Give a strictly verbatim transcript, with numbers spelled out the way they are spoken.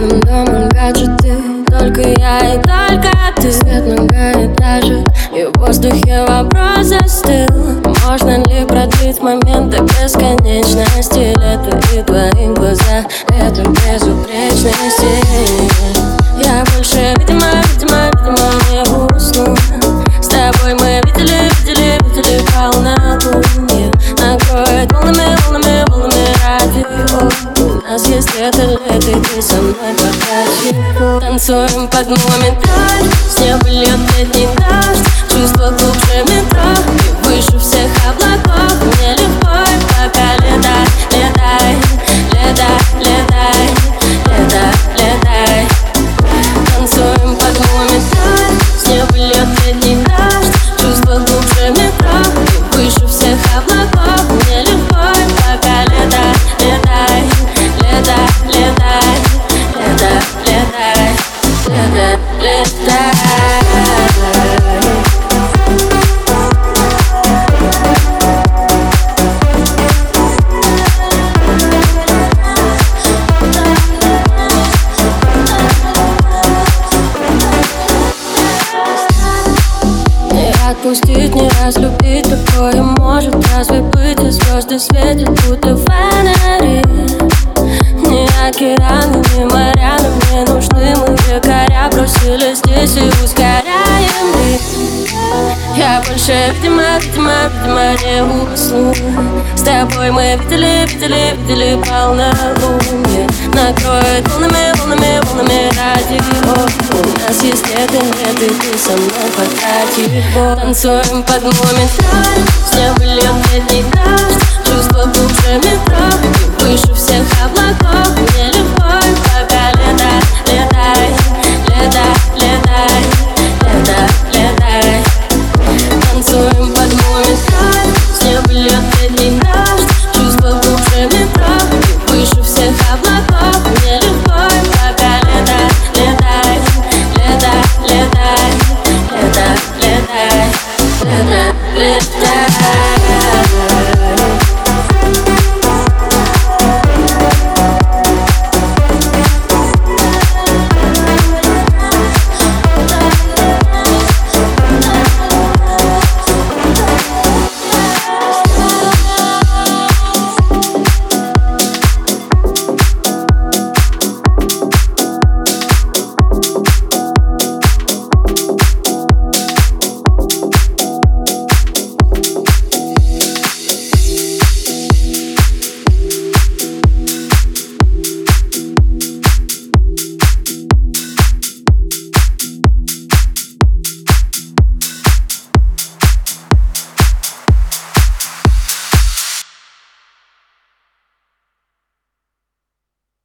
Рядом домом гаджеты, только я и только ты. Свет многоэтажек, и в воздухе вопрос застыл: можно ли продлить момент до бесконечности? Лето и твои глаза, это безупречности. Я больше, видимо, видимо, видимо, не усну. С тобой мы видели, видели, видели полнолуние. Накроет волнами, волнами, волнами радио. У нас есть лето, лето, и ты со мной пока. Танцуем под моменталь, с неба льет летний дождь. Чувство глубже метро и выше всех облаков. Мне легко, пока летай, летай, летай, летай, летай, летай. Танцуем под моменталь, с неба льет летний дождь. Чувство глубже метро и выше всех облаков. Мне легко, пока летай, летай, летай, летай, летай, летай, летай, летай. Отпустить, не разлюбить, такое может разве быть? И звезды светят, будто фонари. Ни океаны, ни моря нам не нужны. Мы якоря бросили здесь и ускоряем ритм. Я больше, видимо, видимо, видимо, не усну. С тобой мы видели, видели, видели полнолуние. Накроет волнами, волнами, волнами радио. У нас есть лето, лето, и ты со мной пока. Танцуем под моменталь, с неба льет летний дождь. Чувство глубже метро и выше всех облаков.